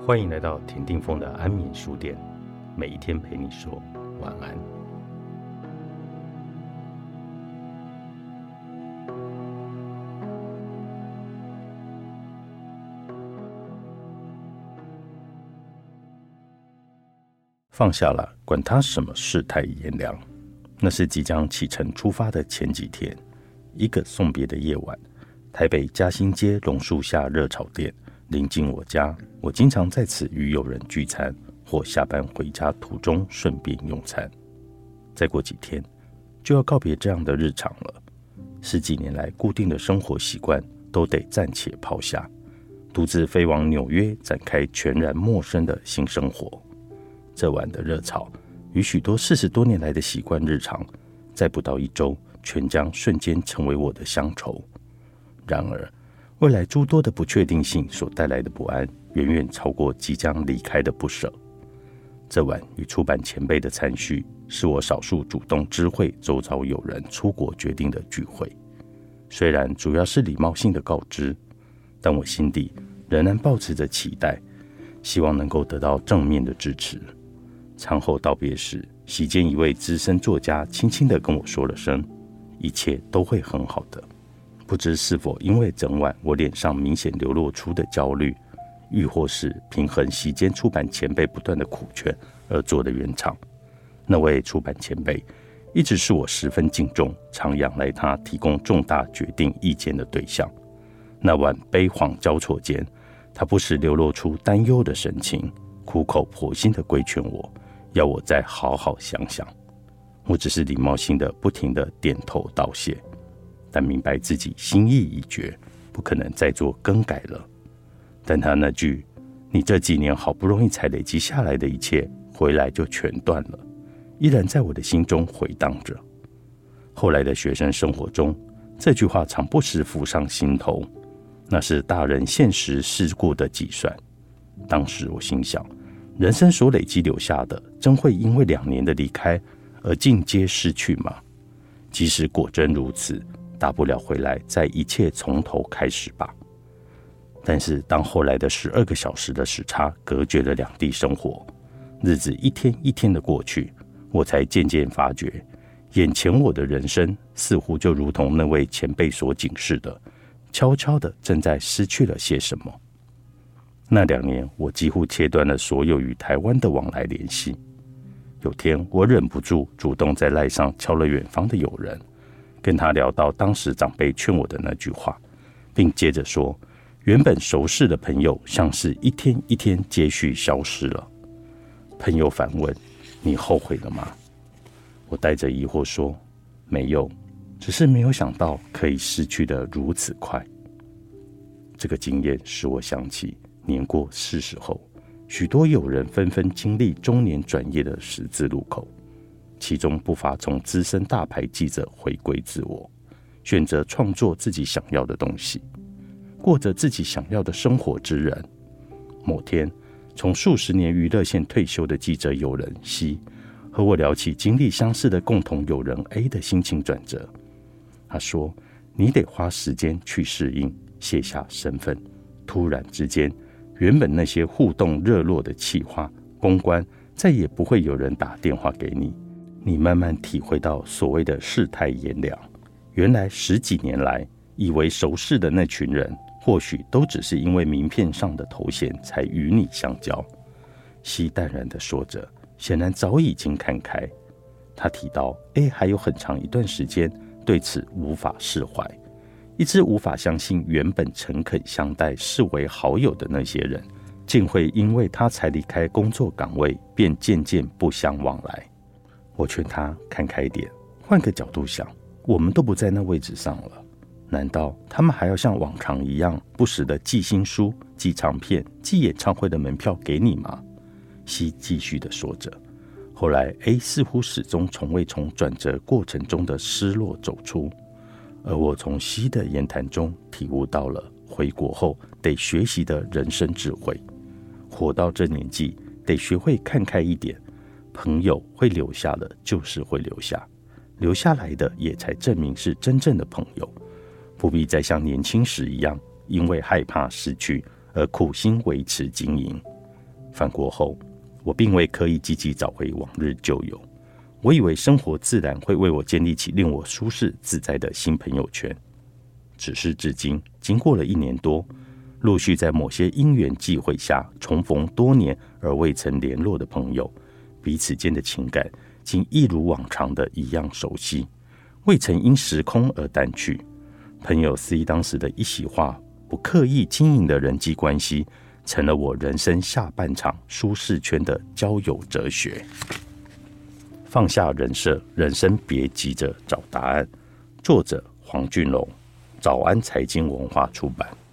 欢迎来到田定峰的安眠书店，每一天陪你说晚安。放下了，管他什么世态炎凉。那是即将启程出发的前几天，一个送别的夜晚，台北嘉兴街榕树下热炒店临近我家，我经常在此与友人聚餐，或下班回家途中顺便用餐。再过几天就要告别这样的日常了，10几年来固定的生活习惯都得暂且抛下，独自飞往纽约，展开全然陌生的新生活。这晚的热炒与许多40多年来的习惯日常，在不到1周全将瞬间成为我的乡愁。然而未来诸多的不确定性所带来的不安，远远超过即将离开的不舍。这晚与出版前辈的参叙，是我少数主动知会周遭友人出国决定的聚会。虽然主要是礼貌性的告知，但我心底仍然抱持着期待，希望能够得到正面的支持。餐后道别时，席间一位资深作家轻轻地跟我说了声，一切都会很好的。不知是否因为整晚我脸上明显流露出的焦虑，亦或是平衡席间出版前辈不断的苦劝而做的圆场。那位出版前辈一直是我十分敬重，常仰赖他提供重大决定意见的对象。那晚悲惶交错间，他不时流露出担忧的神情，苦口婆心地规劝我，要我再好好想想。我只是礼貌性的不停地点头道谢，但明白自己心意已决，不可能再做更改了。但他那句你这几年好不容易才累积下来的一切，回来就全断了，依然在我的心中回荡着。后来的学生生活中，这句话常不时浮上心头，那是大人现实世故的计算。当时我心想，人生所累积留下的，真会因为2年的离开而尽皆失去吗？即使果真如此，大不了回来再一切从头开始吧。但是当后来的12个小时的时差隔绝了两地生活，日子一天一天的过去，我才渐渐发觉，眼前我的人生似乎就如同那位前辈所警示的，悄悄的正在失去了些什么。那2年，我几乎切断了所有与台湾的往来联系。有天，我忍不住主动在赖上敲了远方的友人，跟他聊到当时长辈劝我的那句话，并接着说，原本熟识的朋友像是一天一天接续消失了。朋友反问，你后悔了吗？我带着疑惑说，没有，只是没有想到可以失去得如此快。这个经验使我想起年过40后，许多友人纷纷经历中年转业的十字路口，其中不乏从资深大牌记者回归自我，选择创作自己想要的东西，过着自己想要的生活之人。某天，从数十年娱乐线退休的记者友人 C 和我聊起经历相似的共同友人 A 的心情转折。他说，你得花时间去适应，卸下身份。突然之间，原本那些互动热络的企划公关，再也不会有人打电话给你。你慢慢体会到所谓的世态炎凉，原来10几年来以为熟识的那群人，或许都只是因为名片上的头衔才与你相交。西淡然地说着，显然早已经看开。他提到 A 还有很长一段时间对此无法释怀，一直无法相信原本诚恳相待视为好友的那些人，竟会因为他才离开工作岗位便渐渐不相往来。我劝他看开一点，换个角度想，我们都不在那位置上了，难道他们还要像往常一样不时的寄新书、寄唱片、寄演唱会的门票给你吗？西继续的说着。后来 A 似乎始终从未从转折过程中的失落走出，而我从西的言谈中体悟到了回国后得学习的人生智慧。活到这年纪，得学会看开一点，朋友会留下的就是会留下，留下来的也才证明是真正的朋友，不必再像年轻时一样，因为害怕失去而苦心维持经营。 返国后，我并未刻意积极找回往日旧友。我以为生活自然会为我建立起令我舒适自在的新朋友圈。只是至今，经过了1年多，陆续在某些因缘际会下重逢多年而未曾联络的朋友，彼此间的情感竟一如往常的一样熟悉，未曾因时空而淡去。朋友肆意当时的一席话，不刻意经营的人际关系，成了我人生下半场舒适圈的交友哲学。放下人设，人生别急着找答案。作者黄俊龙，早安财经文化出版。